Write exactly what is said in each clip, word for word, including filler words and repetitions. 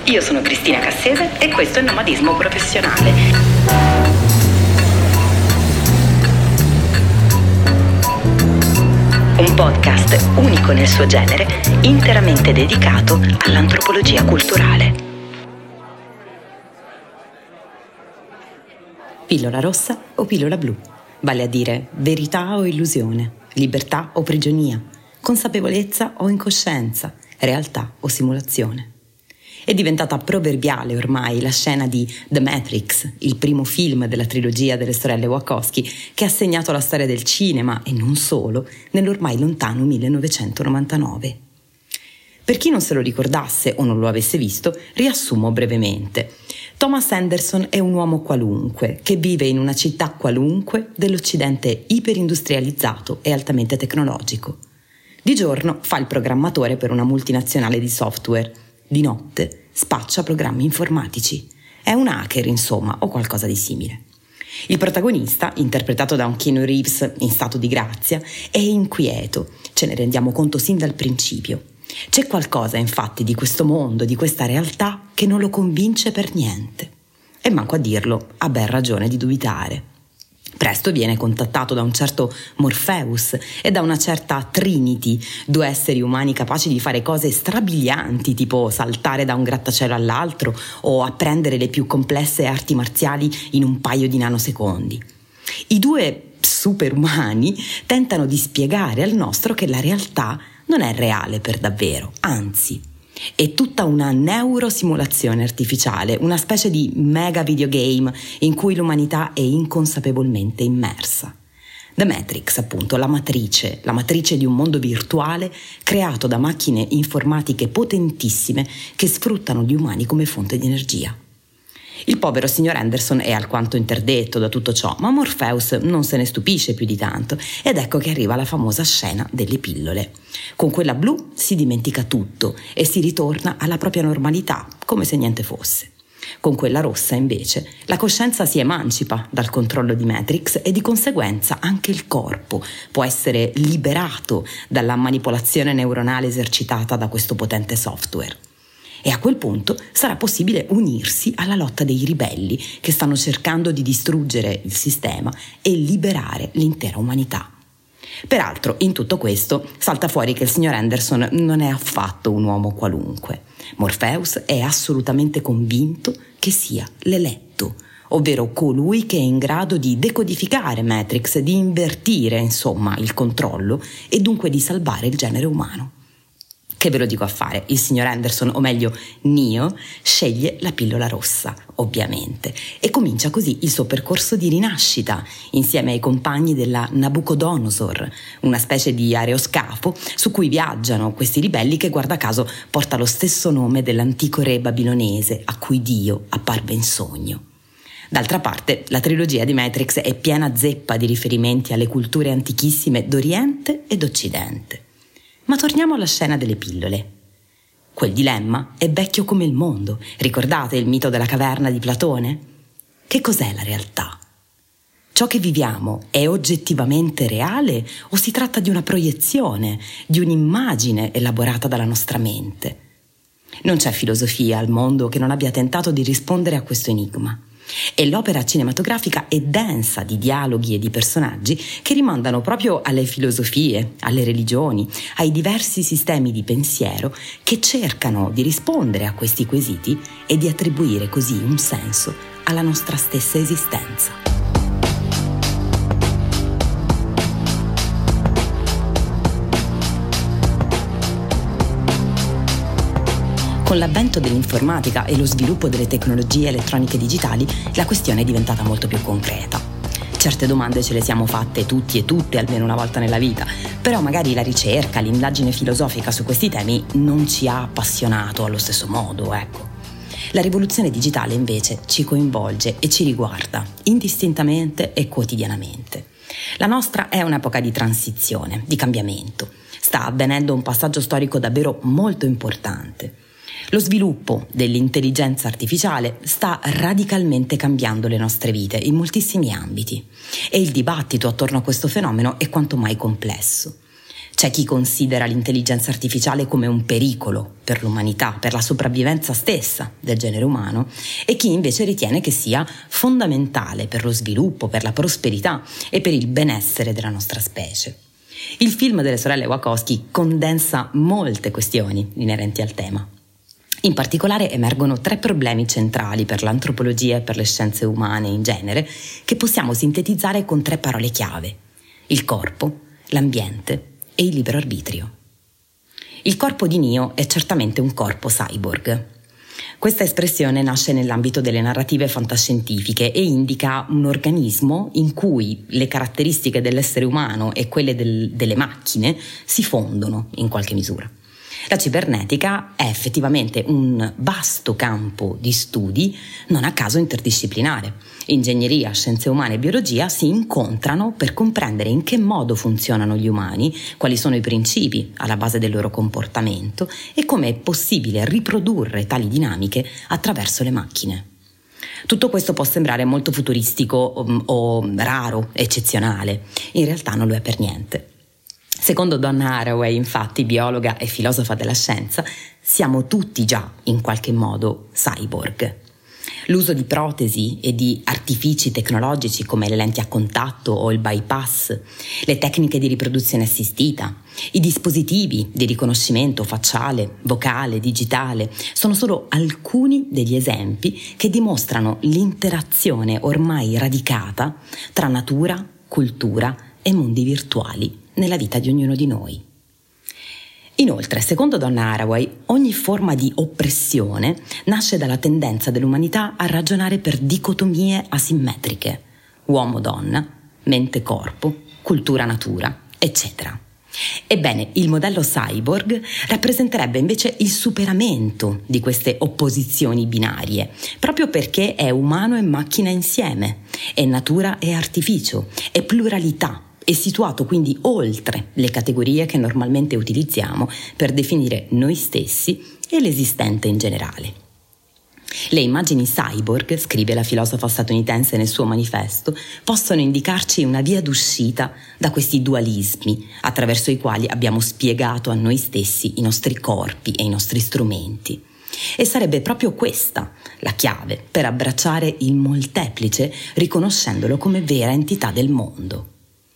Io sono Cristina Cassese e questo è Nomadismo Professionale. Un podcast unico nel suo genere, interamente dedicato all'antropologia culturale. Pillola rossa o pillola blu? Vale a dire verità o illusione, libertà o prigionia, consapevolezza o incoscienza, realtà o simulazione. È diventata proverbiale ormai la scena di The Matrix, il primo film della trilogia delle sorelle Wachowski, che ha segnato la storia del cinema, e non solo, nell'ormai lontano millenovecentonovantanove. Per chi non se lo ricordasse o non lo avesse visto, riassumo brevemente. Thomas Anderson è un uomo qualunque, che vive in una città qualunque dell'Occidente iperindustrializzato e altamente tecnologico. Di giorno fa il programmatore per una multinazionale di software. Di notte spaccia programmi informatici. È un hacker, insomma, o qualcosa di simile. Il protagonista, interpretato da un Keanu Reeves in stato di grazia, è inquieto. Ce ne rendiamo conto sin dal principio. C'è qualcosa, infatti, di questo mondo, di questa realtà, che non lo convince per niente. E manco a dirlo, ha ben ragione di dubitare. Presto viene contattato da un certo Morpheus e da una certa Trinity, due esseri umani capaci di fare cose strabilianti, tipo saltare da un grattacielo all'altro o apprendere le più complesse arti marziali in un paio di nanosecondi. I due superumani tentano di spiegare al nostro che la realtà non è reale per davvero, anzi, è tutta una neurosimulazione artificiale, una specie di mega videogame in cui l'umanità è inconsapevolmente immersa. The Matrix, appunto, la matrice, la matrice di un mondo virtuale creato da macchine informatiche potentissime che sfruttano gli umani come fonte di energia. Il povero signor Anderson è alquanto interdetto da tutto ciò, ma Morpheus non se ne stupisce più di tanto, ed ecco che arriva la famosa scena delle pillole. Con quella blu si dimentica tutto e si ritorna alla propria normalità, come se niente fosse. Con quella rossa, invece, la coscienza si emancipa dal controllo di Matrix e di conseguenza anche il corpo può essere liberato dalla manipolazione neuronale esercitata da questo potente software. E a quel punto sarà possibile unirsi alla lotta dei ribelli che stanno cercando di distruggere il sistema e liberare l'intera umanità. Peraltro, in tutto questo salta fuori che il signor Anderson non è affatto un uomo qualunque. Morpheus è assolutamente convinto che sia l'eletto, ovvero colui che è in grado di decodificare Matrix, di invertire, insomma, il controllo e dunque di salvare il genere umano. Che ve lo dico a fare? Il signor Anderson, o meglio Neo, sceglie la pillola rossa, ovviamente, e comincia così il suo percorso di rinascita insieme ai compagni della Nabucodonosor, una specie di aeroscafo su cui viaggiano questi ribelli che, guarda caso, porta lo stesso nome dell'antico re babilonese a cui Dio apparve in sogno. D'altra parte, la trilogia di Matrix è piena zeppa di riferimenti alle culture antichissime d'Oriente e d'Occidente. Ma torniamo alla scena delle pillole. Quel dilemma è vecchio come il mondo. Ricordate il mito della caverna di Platone? Che cos'è la realtà? Ciò che viviamo è oggettivamente reale o si tratta di una proiezione, di un'immagine elaborata dalla nostra mente? Non c'è filosofia al mondo che non abbia tentato di rispondere a questo enigma. E l'opera cinematografica è densa di dialoghi e di personaggi che rimandano proprio alle filosofie, alle religioni, ai diversi sistemi di pensiero che cercano di rispondere a questi quesiti e di attribuire così un senso alla nostra stessa esistenza. Con l'avvento dell'informatica e lo sviluppo delle tecnologie elettroniche digitali, la questione è diventata molto più concreta. Certe domande ce le siamo fatte tutti e tutte almeno una volta nella vita, però magari la ricerca, l'indagine filosofica su questi temi non ci ha appassionato allo stesso modo, ecco. La rivoluzione digitale invece ci coinvolge e ci riguarda indistintamente e quotidianamente. La nostra è un'epoca di transizione, di cambiamento. Sta avvenendo un passaggio storico davvero molto importante. Lo sviluppo dell'intelligenza artificiale sta radicalmente cambiando le nostre vite in moltissimi ambiti e il dibattito attorno a questo fenomeno è quanto mai complesso. C'è chi considera l'intelligenza artificiale come un pericolo per l'umanità, per la sopravvivenza stessa del genere umano, e chi invece ritiene che sia fondamentale per lo sviluppo, per la prosperità e per il benessere della nostra specie. Il film delle sorelle Wachowski condensa molte questioni inerenti al tema. In particolare emergono tre problemi centrali per l'antropologia e per le scienze umane in genere, che possiamo sintetizzare con tre parole chiave: il corpo, l'ambiente e il libero arbitrio. Il corpo di Neo è certamente un corpo cyborg. Questa espressione nasce nell'ambito delle narrative fantascientifiche e indica un organismo in cui le caratteristiche dell'essere umano e quelle del, delle macchine si fondono in qualche misura. La cibernetica è effettivamente un vasto campo di studi, non a caso interdisciplinare. Ingegneria, scienze umane e biologia si incontrano per comprendere in che modo funzionano gli umani, quali sono i principi alla base del loro comportamento e come è possibile riprodurre tali dinamiche attraverso le macchine. Tutto questo può sembrare molto futuristico o, o raro, eccezionale. In realtà non lo è per niente. Secondo Donna Haraway, infatti, biologa e filosofa della scienza, siamo tutti già in qualche modo cyborg. L'uso di protesi e di artifici tecnologici come le lenti a contatto o il bypass, le tecniche di riproduzione assistita, i dispositivi di riconoscimento facciale, vocale, digitale, sono solo alcuni degli esempi che dimostrano l'interazione ormai radicata tra natura, cultura e mondi virtuali nella vita di ognuno di noi. Inoltre, secondo Donna Haraway, ogni forma di oppressione nasce dalla tendenza dell'umanità a ragionare per dicotomie asimmetriche: uomo-donna, mente-corpo, cultura-natura, eccetera. Ebbene, il modello cyborg rappresenterebbe invece il superamento di queste opposizioni binarie, proprio perché è umano e macchina insieme, è natura e artificio, è pluralità, è situato quindi oltre le categorie che normalmente utilizziamo per definire noi stessi e l'esistente in generale. Le immagini cyborg, scrive la filosofa statunitense nel suo manifesto, possono indicarci una via d'uscita da questi dualismi attraverso i quali abbiamo spiegato a noi stessi i nostri corpi e i nostri strumenti. E sarebbe proprio questa la chiave per abbracciare il molteplice, riconoscendolo come vera entità del mondo.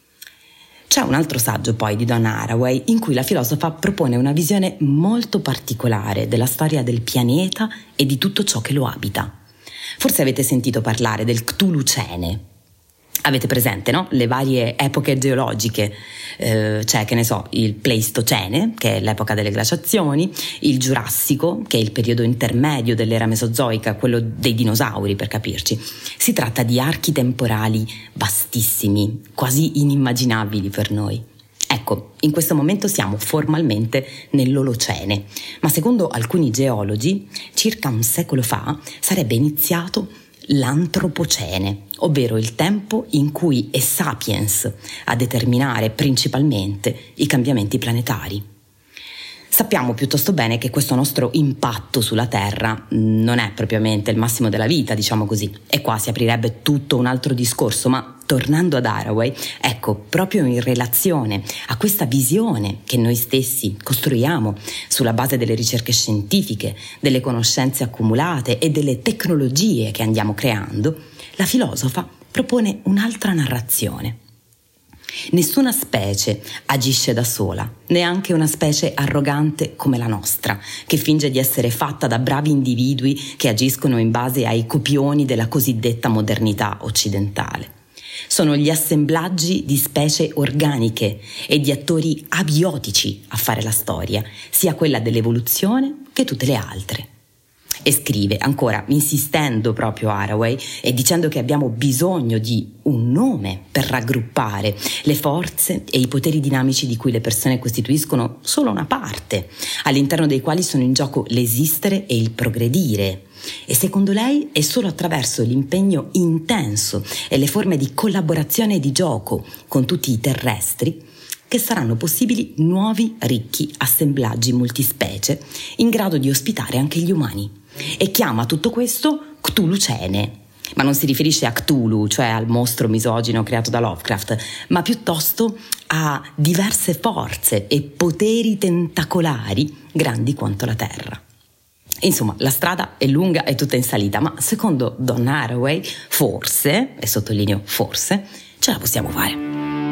C'è un altro saggio poi di Donna Haraway in cui la filosofa propone una visione molto particolare della storia del pianeta e di tutto ciò che lo abita. Forse avete sentito parlare del Cthulhucene. Avete presente, no? Le varie epoche geologiche, eh, c'è, che ne so, il Pleistocene, che è l'epoca delle glaciazioni, il Giurassico, che è il periodo intermedio dell'era mesozoica, quello dei dinosauri per capirci. Si tratta di archi temporali vastissimi, quasi inimmaginabili per noi. Ecco, in questo momento siamo formalmente nell'Olocene, ma secondo alcuni geologi, circa un secolo fa sarebbe iniziato l'Antropocene, ovvero il tempo in cui è Sapiens a determinare principalmente i cambiamenti planetari. Sappiamo piuttosto bene che questo nostro impatto sulla Terra non è propriamente il massimo della vita, diciamo così, e qua si aprirebbe tutto un altro discorso, ma tornando ad Haraway, ecco, proprio in relazione a questa visione che noi stessi costruiamo sulla base delle ricerche scientifiche, delle conoscenze accumulate e delle tecnologie che andiamo creando, la filosofa propone un'altra narrazione. Nessuna specie agisce da sola, neanche una specie arrogante come la nostra, che finge di essere fatta da bravi individui che agiscono in base ai copioni della cosiddetta modernità occidentale. Sono gli assemblaggi di specie organiche e di attori abiotici a fare la storia, sia quella dell'evoluzione che tutte le altre. E scrive ancora, insistendo proprio Haraway e dicendo che abbiamo bisogno di un nome per raggruppare le forze e i poteri dinamici di cui le persone costituiscono solo una parte, all'interno dei quali sono in gioco l'esistere e il progredire. E secondo lei è solo attraverso l'impegno intenso e le forme di collaborazione e di gioco con tutti i terrestri che saranno possibili nuovi ricchi assemblaggi multispecie in grado di ospitare anche gli umani. E chiama tutto questo Cthulhucene. Ma non si riferisce a Cthulhu, cioè al mostro misogino creato da Lovecraft, ma piuttosto a diverse forze e poteri tentacolari grandi quanto la Terra. Insomma, la strada è lunga e tutta in salita, ma secondo Donna Haraway, forse, e sottolineo forse, ce la possiamo fare.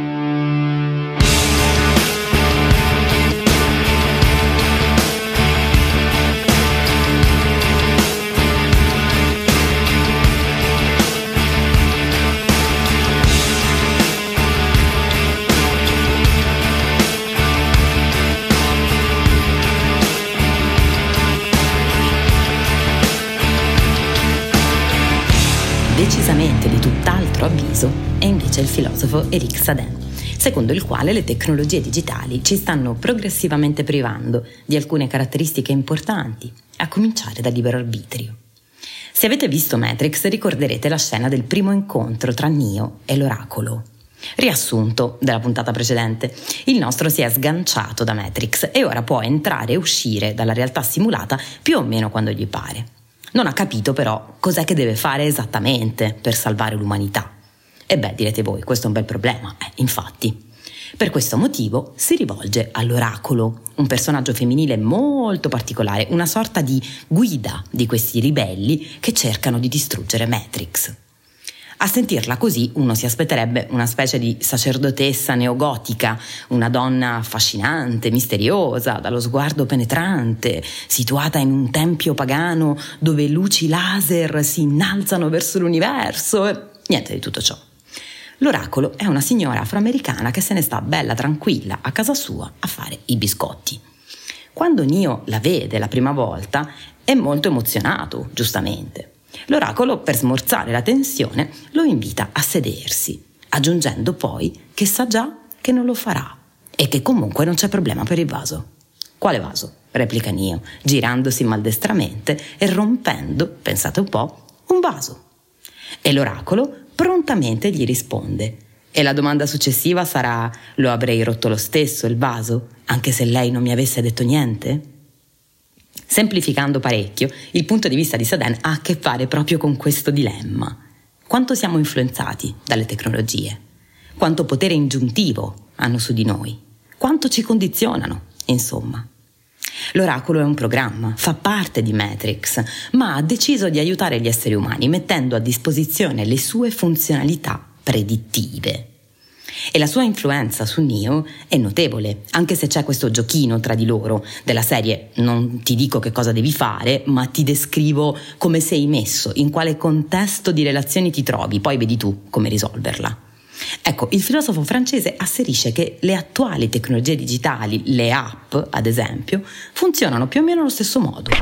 Decisamente di tutt'altro avviso è invece il filosofo Eric Sadin, secondo il quale le tecnologie digitali ci stanno progressivamente privando di alcune caratteristiche importanti, a cominciare dal libero arbitrio. Se avete visto Matrix ricorderete la scena del primo incontro tra Neo e l'oracolo. Riassunto della puntata precedente, il nostro si è sganciato da Matrix e ora può entrare e uscire dalla realtà simulata più o meno quando gli pare. Non ha capito però cos'è che deve fare esattamente per salvare l'umanità. E beh, direte voi, questo è un bel problema, eh, infatti. Per questo motivo si rivolge all'oracolo, un personaggio femminile molto particolare, una sorta di guida di questi ribelli che cercano di distruggere Matrix. A sentirla così uno si aspetterebbe una specie di sacerdotessa neogotica, una donna affascinante, misteriosa, dallo sguardo penetrante, situata in un tempio pagano dove luci laser si innalzano verso l'universo e niente di tutto ciò. L'oracolo è una signora afroamericana che se ne sta bella tranquilla a casa sua a fare i biscotti. Quando Neo la vede la prima volta è molto emozionato, giustamente. L'oracolo, per smorzare la tensione, lo invita a sedersi, aggiungendo poi che sa già che non lo farà e che comunque non c'è problema per il vaso. «Quale vaso?» replica Neo, girandosi maldestramente e rompendo, pensate un po', un vaso. E l'oracolo prontamente gli risponde. E la domanda successiva sarà: «Lo avrei rotto lo stesso il vaso, anche se lei non mi avesse detto niente?» Semplificando parecchio, il punto di vista di Sadin ha a che fare proprio con questo dilemma. Quanto siamo influenzati dalle tecnologie? Quanto potere ingiuntivo hanno su di noi? Quanto ci condizionano, insomma? L'oracolo è un programma, fa parte di Matrix, ma ha deciso di aiutare gli esseri umani mettendo a disposizione le sue funzionalità predittive. E la sua influenza su Neo è notevole, anche se c'è questo giochino tra di loro, della serie non ti dico che cosa devi fare, ma ti descrivo come sei messo, in quale contesto di relazioni ti trovi, poi vedi tu come risolverla. Ecco, il filosofo francese asserisce che le attuali tecnologie digitali, le app ad esempio, funzionano più o meno allo stesso modo.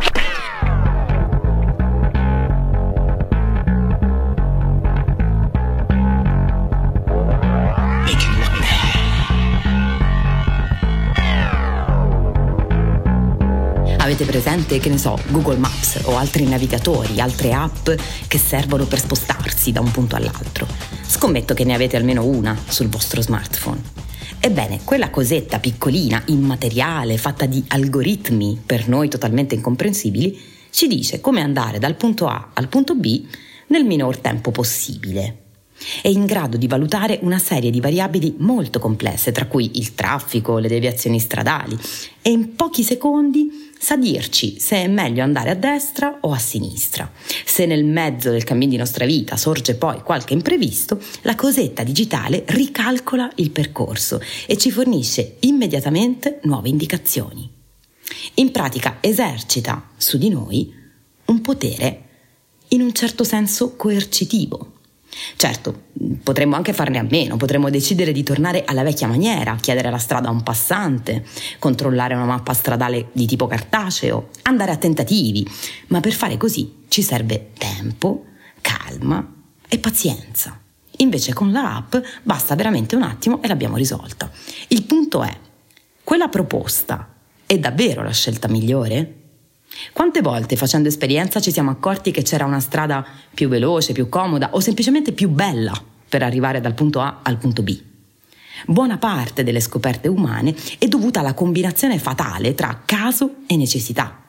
Avete presente, che ne so, Google Maps o altri navigatori, altre app che servono per spostarsi da un punto all'altro? Scommetto che ne avete almeno una sul vostro smartphone. Ebbene, quella cosetta piccolina, immateriale, fatta di algoritmi per noi totalmente incomprensibili, ci dice come andare dal punto A al punto B nel minor tempo possibile. È in grado di valutare una serie di variabili molto complesse, tra cui il traffico, le deviazioni stradali, e in pochi secondi sa dirci se è meglio andare a destra o a sinistra. Se nel mezzo del cammino di nostra vita sorge poi qualche imprevisto, la cosetta digitale ricalcola il percorso e ci fornisce immediatamente nuove indicazioni. In pratica esercita su di noi un potere in un certo senso coercitivo. Certo, potremmo anche farne a meno, potremmo decidere di tornare alla vecchia maniera, chiedere la strada a un passante, controllare una mappa stradale di tipo cartaceo, andare a tentativi, ma per fare così ci serve tempo, calma e pazienza. Invece con la app basta veramente un attimo e l'abbiamo risolta. Il punto è, quella proposta è davvero la scelta migliore? Quante volte facendo esperienza ci siamo accorti che c'era una strada più veloce, più comoda o semplicemente più bella per arrivare dal punto A al punto B? Buona parte delle scoperte umane è dovuta alla combinazione fatale tra caso e necessità.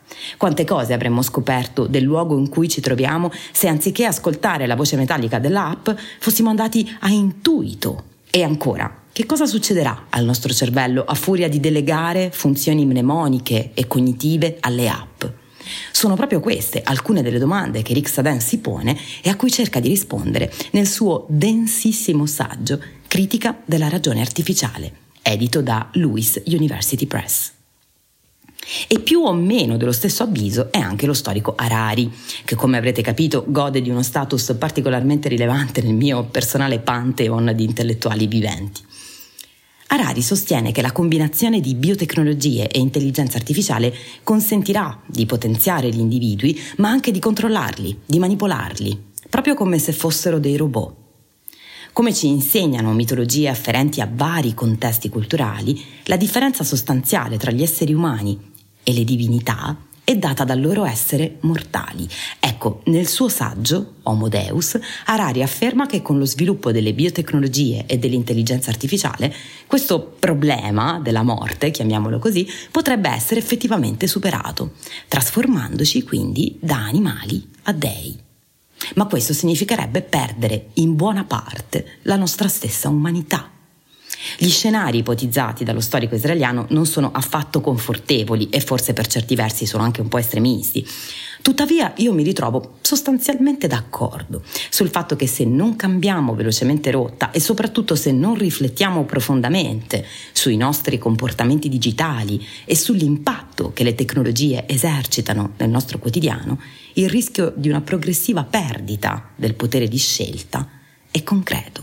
Quante cose avremmo scoperto del luogo in cui ci troviamo se anziché ascoltare la voce metallica dell'app fossimo andati a intuito? E ancora, che cosa succederà al nostro cervello a furia di delegare funzioni mnemoniche e cognitive alle app? Sono proprio queste alcune delle domande che Rick Saden si pone e a cui cerca di rispondere nel suo densissimo saggio Critica della ragione artificiale, edito da Lewis University Press. E più o meno dello stesso avviso è anche lo storico Harari, che come avrete capito gode di uno status particolarmente rilevante nel mio personale pantheon di intellettuali viventi. Harari sostiene che la combinazione di biotecnologie e intelligenza artificiale consentirà di potenziare gli individui, ma anche di controllarli, di manipolarli, proprio come se fossero dei robot. Come ci insegnano mitologie afferenti a vari contesti culturali, la differenza sostanziale tra gli esseri umani e le divinità è data dal loro essere mortali. Ecco, nel suo saggio, Homo Deus, Harari afferma che con lo sviluppo delle biotecnologie e dell'intelligenza artificiale, questo problema della morte, chiamiamolo così, potrebbe essere effettivamente superato, trasformandoci quindi da animali a dei. Ma questo significherebbe perdere in buona parte la nostra stessa umanità. Gli scenari ipotizzati dallo storico israeliano non sono affatto confortevoli e forse per certi versi sono anche un po' estremisti. Tuttavia io mi ritrovo sostanzialmente d'accordo sul fatto che se non cambiamo velocemente rotta e soprattutto se non riflettiamo profondamente sui nostri comportamenti digitali e sull'impatto che le tecnologie esercitano nel nostro quotidiano, il rischio di una progressiva perdita del potere di scelta è concreto.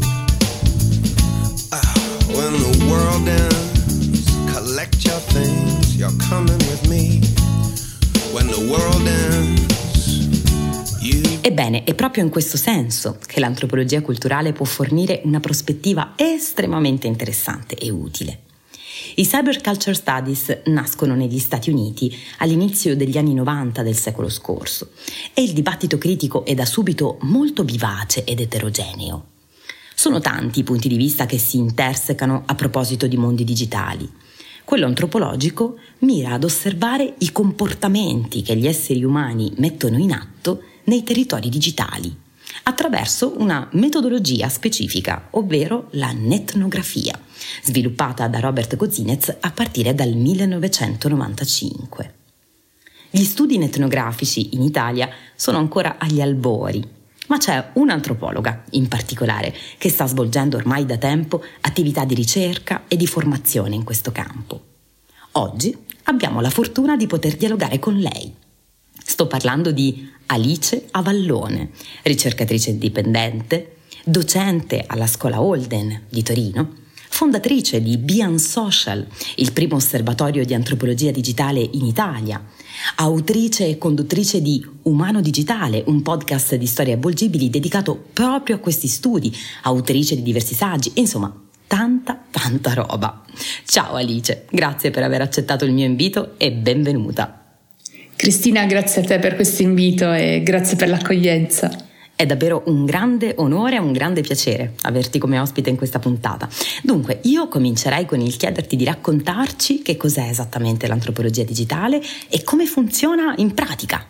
When the world ends, collect your things, you're coming with me. When the world ends, you... Ebbene, è proprio in questo senso che l'antropologia culturale può fornire una prospettiva estremamente interessante e utile. I Cyber Culture Studies nascono negli Stati Uniti all'inizio degli anni novanta del secolo scorso e il dibattito critico è da subito molto vivace ed eterogeneo. Sono tanti i punti di vista che si intersecano a proposito di mondi digitali. Quello antropologico mira ad osservare i comportamenti che gli esseri umani mettono in atto nei territori digitali, attraverso una metodologia specifica, ovvero la netnografia, sviluppata da Robert Kozinets a partire dal millenovecentonovantacinque. Gli studi netnografici in Italia sono ancora agli albori, ma c'è un'antropologa in particolare che sta svolgendo ormai da tempo attività di ricerca e di formazione in questo campo. Oggi abbiamo la fortuna di poter dialogare con lei. Sto parlando di Alice Avallone, ricercatrice indipendente, docente alla Scuola Holden di Torino, fondatrice di Beyond Social, il primo osservatorio di antropologia digitale in Italia, autrice e conduttrice di Umano Digitale, un podcast di storie avvolgibili dedicato proprio a questi studi, autrice di diversi saggi, insomma, tanta, tanta roba. Ciao Alice, grazie per aver accettato il mio invito e benvenuta. Cristina, grazie a te per questo invito e grazie per l'accoglienza. È davvero un grande onore e un grande piacere averti come ospite in questa puntata. Dunque, io comincerei con il chiederti di raccontarci che cos'è esattamente l'antropologia digitale e come funziona in pratica.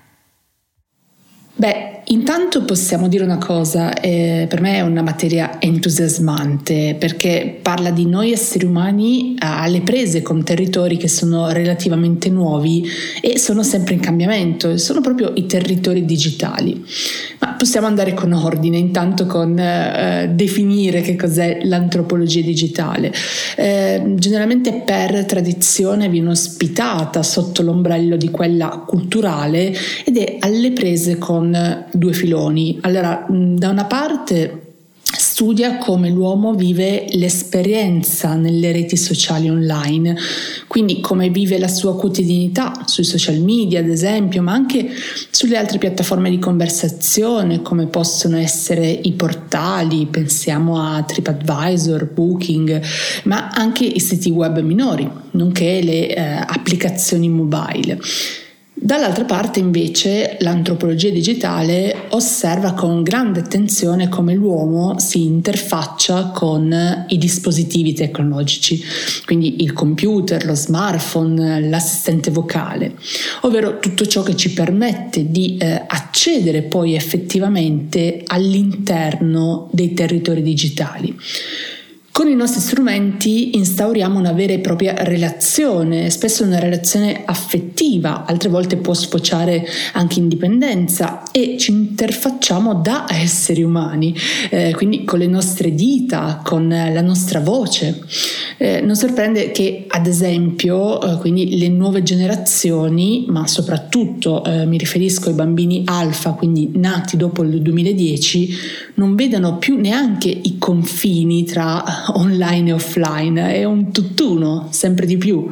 Beh, intanto possiamo dire una cosa, eh, per me è una materia entusiasmante perché parla di noi esseri umani alle prese con territori che sono relativamente nuovi e sono sempre in cambiamento, sono proprio i territori digitali. Ma possiamo andare con ordine, intanto con eh, definire che cos'è l'antropologia digitale. Eh, generalmente per tradizione viene ospitata sotto l'ombrello di quella culturale ed è alle prese con due filoni. Allora, da una parte studia come l'uomo vive l'esperienza nelle reti sociali online, quindi come vive la sua quotidianità sui social media ad esempio, ma anche sulle altre piattaforme di conversazione come possono essere i portali, pensiamo a TripAdvisor, Booking, ma anche i siti web minori, nonché le eh, applicazioni mobile. Dall'altra parte invece l'antropologia digitale osserva con grande attenzione come l'uomo si interfaccia con i dispositivi tecnologici, quindi il computer, lo smartphone, l'assistente vocale, ovvero tutto ciò che ci permette di eh, accedere poi effettivamente all'interno dei territori digitali. Con i nostri strumenti instauriamo una vera e propria relazione, spesso una relazione affettiva, altre volte può sfociare anche in dipendenza, e ci interfacciamo da esseri umani, eh, quindi con le nostre dita, con la nostra voce. Eh, non sorprende che, ad esempio, eh, quindi le nuove generazioni, ma soprattutto eh, mi riferisco ai bambini alfa, quindi nati dopo il duemiladieci, non vedano più neanche i confini tra online e offline, è un tutt'uno, sempre di più.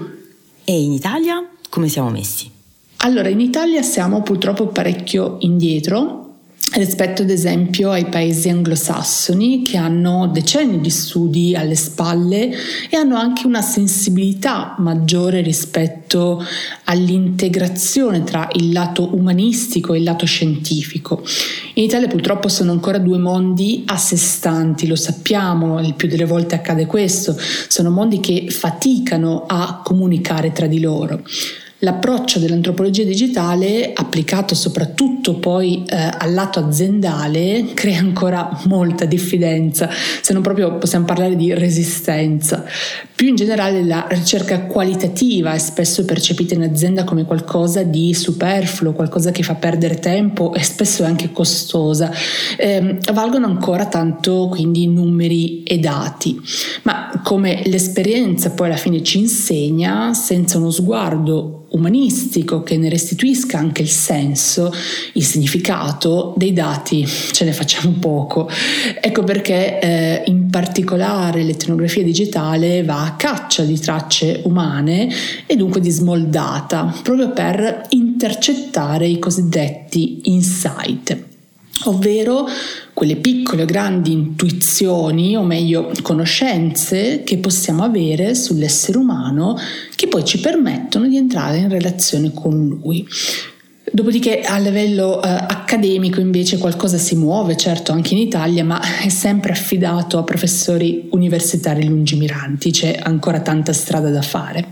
E in Italia come siamo messi? Allora, in Italia siamo purtroppo parecchio indietro rispetto ad esempio ai paesi anglosassoni, che hanno decenni di studi alle spalle e hanno anche una sensibilità maggiore rispetto all'integrazione tra il lato umanistico e il lato scientifico. In Italia purtroppo sono ancora due mondi a sé stanti, lo sappiamo, il più delle volte accade questo, sono mondi che faticano a comunicare tra di loro. L'approccio dell'antropologia digitale, applicato soprattutto poi eh, al lato aziendale, crea ancora molta diffidenza, se non proprio possiamo parlare di resistenza. Più in generale la ricerca qualitativa è spesso percepita in azienda come qualcosa di superfluo, qualcosa che fa perdere tempo e spesso è anche costosa. Eh, valgono ancora tanto quindi numeri e dati, ma come l'esperienza poi alla fine ci insegna, senza uno sguardo umanistico che ne restituisca anche il senso, il significato, dei dati ce ne facciamo poco. Ecco perché eh, in particolare l'etnografia digitale va a caccia di tracce umane e dunque di small data, proprio per intercettare i cosiddetti insight, ovvero quelle piccole o grandi intuizioni, o meglio conoscenze, che possiamo avere sull'essere umano, che poi ci permettono di entrare in relazione con lui. Dopodiché a livello eh, accademico invece qualcosa si muove, certo anche in Italia, ma è sempre affidato a professori universitari lungimiranti, c'è ancora tanta strada da fare.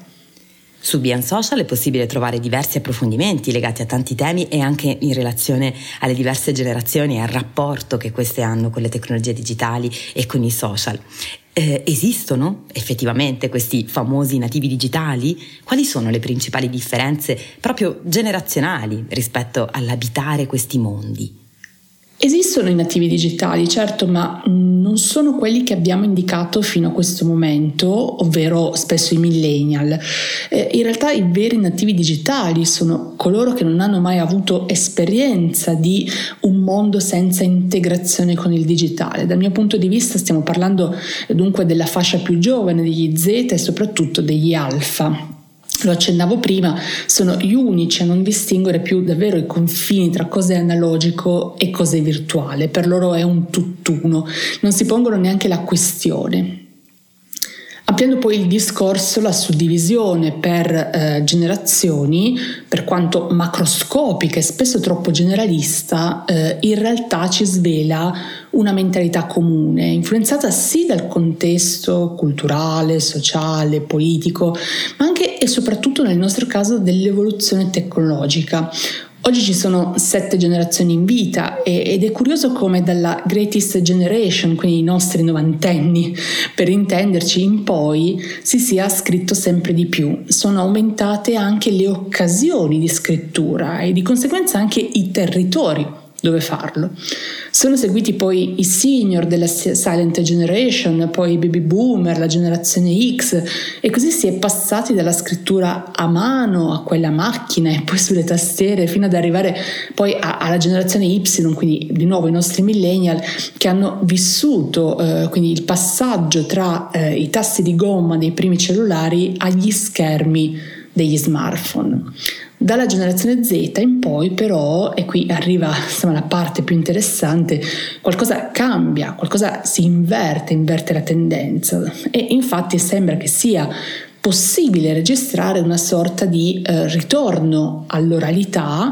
Su Beyond Social è possibile trovare diversi approfondimenti legati a tanti temi e anche in relazione alle diverse generazioni e al rapporto che queste hanno con le tecnologie digitali e con i social. Eh, esistono effettivamente questi famosi nativi digitali? Quali sono le principali differenze proprio generazionali rispetto all'abitare questi mondi? Esistono i nativi digitali, certo, ma non sono quelli che abbiamo indicato fino a questo momento, ovvero spesso i millennial. Eh, in realtà i veri nativi digitali sono coloro che non hanno mai avuto esperienza di un mondo senza integrazione con il digitale. Dal mio punto di vista stiamo parlando dunque della fascia più giovane, degli Z e soprattutto degli alfa. Lo accennavo prima, sono gli unici a non distinguere più davvero i confini tra cosa è analogico e cosa è virtuale. Per loro è un tutt'uno, non si pongono neanche la questione. Ampliando poi il discorso, la suddivisione per eh, generazioni, per quanto macroscopica e spesso troppo generalista, eh, in realtà ci svela una mentalità comune, influenzata sì dal contesto culturale, sociale, politico, ma anche e soprattutto nel nostro caso dell'evoluzione tecnologica. Oggi ci sono sette generazioni in vita ed è curioso come dalla Greatest Generation, quindi i nostri novantenni, per intenderci, in poi si sia scritto sempre di più. Sono aumentate anche le occasioni di scrittura e di conseguenza anche i territori dove farlo. Sono seguiti poi i senior della Silent Generation, poi i baby boomer, la generazione X, e così si è passati dalla scrittura a mano a quella a macchina e poi sulle tastiere fino ad arrivare poi a, alla generazione Y, quindi di nuovo i nostri millennial, che hanno vissuto eh, quindi il passaggio tra eh, i tasti di gomma dei primi cellulari agli schermi degli smartphone. Dalla generazione Z in poi però, e qui arriva insomma la parte più interessante, qualcosa cambia, qualcosa si inverte, inverte la tendenza e infatti sembra che sia possibile registrare una sorta di eh, ritorno all'oralità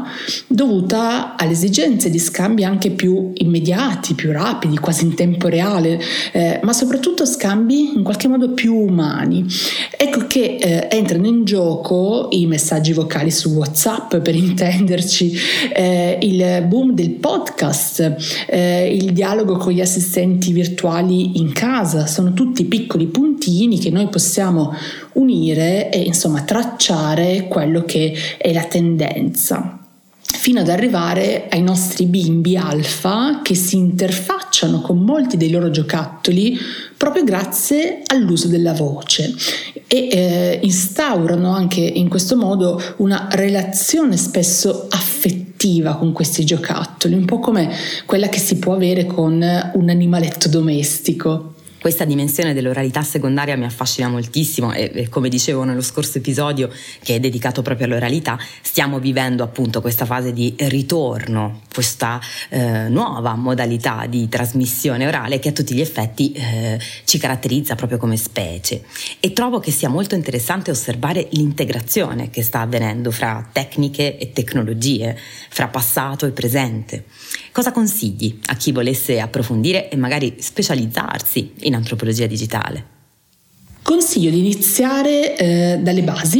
dovuta alle esigenze di scambi anche più immediati, più rapidi, quasi in tempo reale, eh, ma soprattutto scambi in qualche modo più umani. Ecco che eh, entrano in gioco i messaggi vocali su WhatsApp, per intenderci, eh, il boom del podcast, eh, il dialogo con gli assistenti virtuali in casa. Sono tutti piccoli puntini che noi possiamo unire e insomma tracciare quello che è la tendenza, fino ad arrivare ai nostri bimbi alfa che si interfacciano con molti dei loro giocattoli proprio grazie all'uso della voce e eh, instaurano anche in questo modo una relazione spesso affettiva con questi giocattoli, un po' come quella che si può avere con un animaletto domestico. Questa dimensione dell'oralità secondaria mi affascina moltissimo e, e come dicevo nello scorso episodio, che è dedicato proprio all'oralità, stiamo vivendo appunto questa fase di ritorno, questa eh, nuova modalità di trasmissione orale che a tutti gli effetti eh, ci caratterizza proprio come specie, e trovo che sia molto interessante osservare l'integrazione che sta avvenendo fra tecniche e tecnologie, fra passato e presente. Cosa consigli a chi volesse approfondire e magari specializzarsi in antropologia digitale? Consiglio di iniziare eh, dalle basi,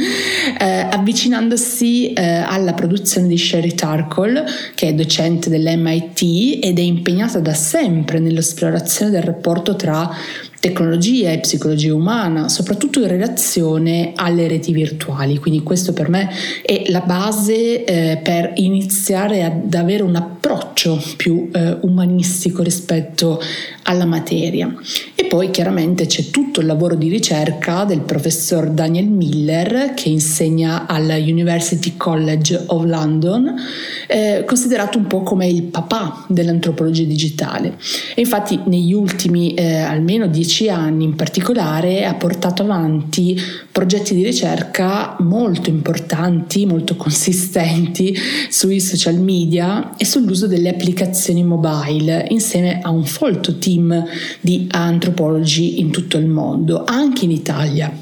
eh, avvicinandosi eh, alla produzione di Sherry Turkle, che è docente dell'M I T ed è impegnata da sempre nell'esplorazione del rapporto tra tecnologia e psicologia umana, soprattutto in relazione alle reti virtuali. Quindi questo per me è la base eh, per iniziare ad avere un approccio più eh, umanistico rispetto alla materia. E poi chiaramente c'è tutto il lavoro di ricerca del professor Daniel Miller, che insegna alla University College of London, eh, considerato un po' come il papà dell'antropologia digitale. E infatti negli ultimi eh, almeno dieci anni in particolare ha portato avanti progetti di ricerca molto importanti, molto consistenti sui social media e sull'uso delle applicazioni mobile, insieme a un folto team di antropologi in tutto il mondo, anche in Italia.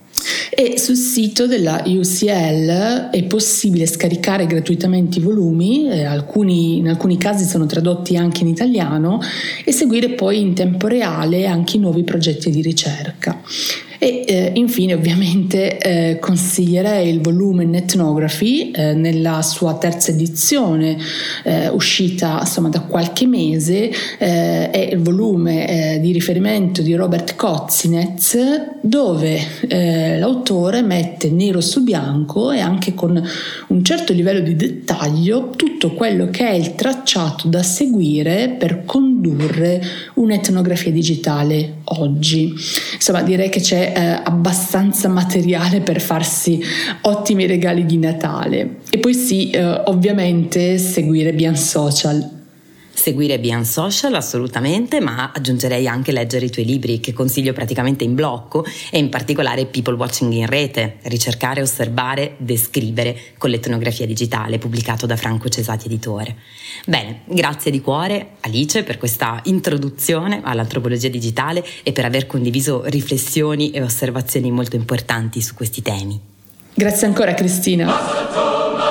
E sul sito della U C L è possibile scaricare gratuitamente i volumi, eh, alcuni, in alcuni casi sono tradotti anche in italiano, e seguire poi in tempo reale anche i nuovi progetti di ricerca. E eh, infine ovviamente eh, consiglierei il volume Nethnography eh, nella sua terza edizione, eh, uscita insomma da qualche mese, eh, è il volume eh, di riferimento di Robert Kotzinetz, dove eh, l'autore mette nero su bianco e anche con un certo livello di dettaglio tutto quello che è il tracciato da seguire per condurre un'etnografia digitale oggi. Insomma, direi che c'è eh, abbastanza materiale per farsi ottimi regali di Natale. E poi sì, eh, ovviamente seguire Beyond Social. Seguire Beyond Social assolutamente, ma aggiungerei anche leggere i tuoi libri, che consiglio praticamente in blocco, e in particolare People Watching in rete, ricercare, osservare, descrivere con l'etnografia digitale, pubblicato da Franco Cesati Editore. Bene, grazie di cuore Alice per questa introduzione all'antropologia digitale e per aver condiviso riflessioni e osservazioni molto importanti su questi temi. Grazie ancora Cristina.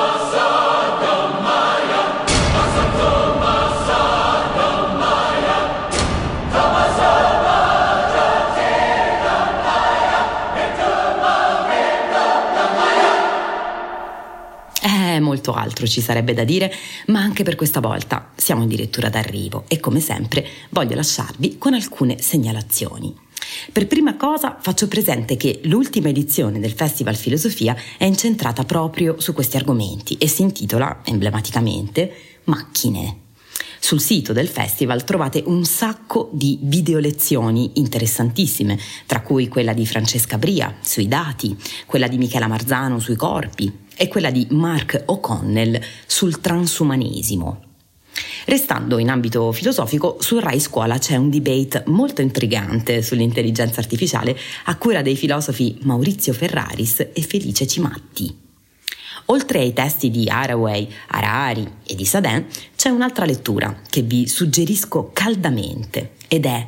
Molto altro ci sarebbe da dire, ma anche per questa volta siamo addirittura d'arrivo e come sempre voglio lasciarvi con alcune segnalazioni. Per prima cosa faccio presente che l'ultima edizione del Festival Filosofia è incentrata proprio su questi argomenti e si intitola emblematicamente Macchine. Sul sito del festival trovate un sacco di videolezioni interessantissime, tra cui quella di Francesca Bria sui dati, quella di Michela Marzano sui corpi e quella di Mark O'Connell sul transumanesimo. Restando in ambito filosofico, su Rai Scuola c'è un debate molto intrigante sull'intelligenza artificiale a cura dei filosofi Maurizio Ferraris e Felice Cimatti. Oltre ai testi di Haraway, Harari e di Sadin, c'è un'altra lettura che vi suggerisco caldamente ed è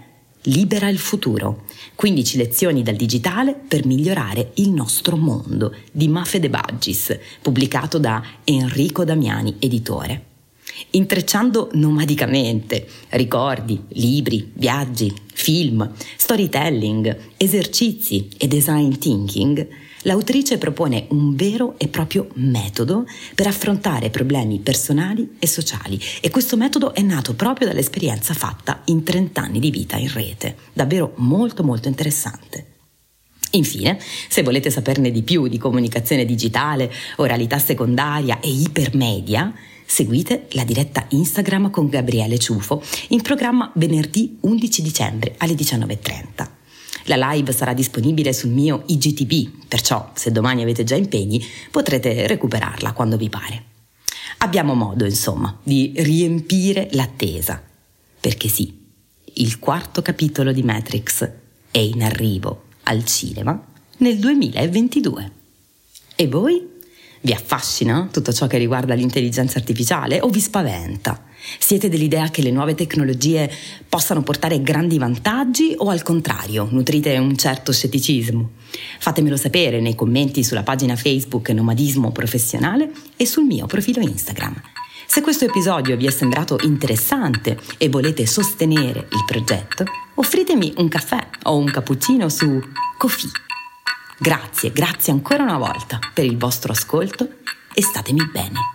Libera il futuro, quindici lezioni dal digitale per migliorare il nostro mondo di Mafe De Baggis, pubblicato da Enrico Damiani, editore. Intrecciando nomadicamente ricordi, libri, viaggi, film, storytelling, esercizi e design thinking, l'autrice propone un vero e proprio metodo per affrontare problemi personali e sociali, e questo metodo è nato proprio dall'esperienza fatta in trenta anni di vita in rete, davvero molto molto interessante. Infine, se volete saperne di più di comunicazione digitale, oralità secondaria e ipermedia, seguite la diretta Instagram con Gabriele Ciufo in programma venerdì undici dicembre alle diciannove e trenta. La live sarà disponibile sul mio I G T V, perciò se domani avete già impegni potrete recuperarla quando vi pare. Abbiamo modo, insomma, di riempire l'attesa, perché sì, il quarto capitolo di Matrix è in arrivo al cinema nel duemilaventidue. E voi? Vi affascina tutto ciò che riguarda l'intelligenza artificiale o vi spaventa? Siete dell'idea che le nuove tecnologie possano portare grandi vantaggi o al contrario nutrite un certo scetticismo? Fatemelo sapere nei commenti sulla pagina Facebook Nomadismo Professionale e sul mio profilo Instagram. Se questo episodio vi è sembrato interessante e volete sostenere il progetto, offritemi un caffè o un cappuccino su Ko-fi. Grazie, grazie ancora una volta per il vostro ascolto e statemi bene.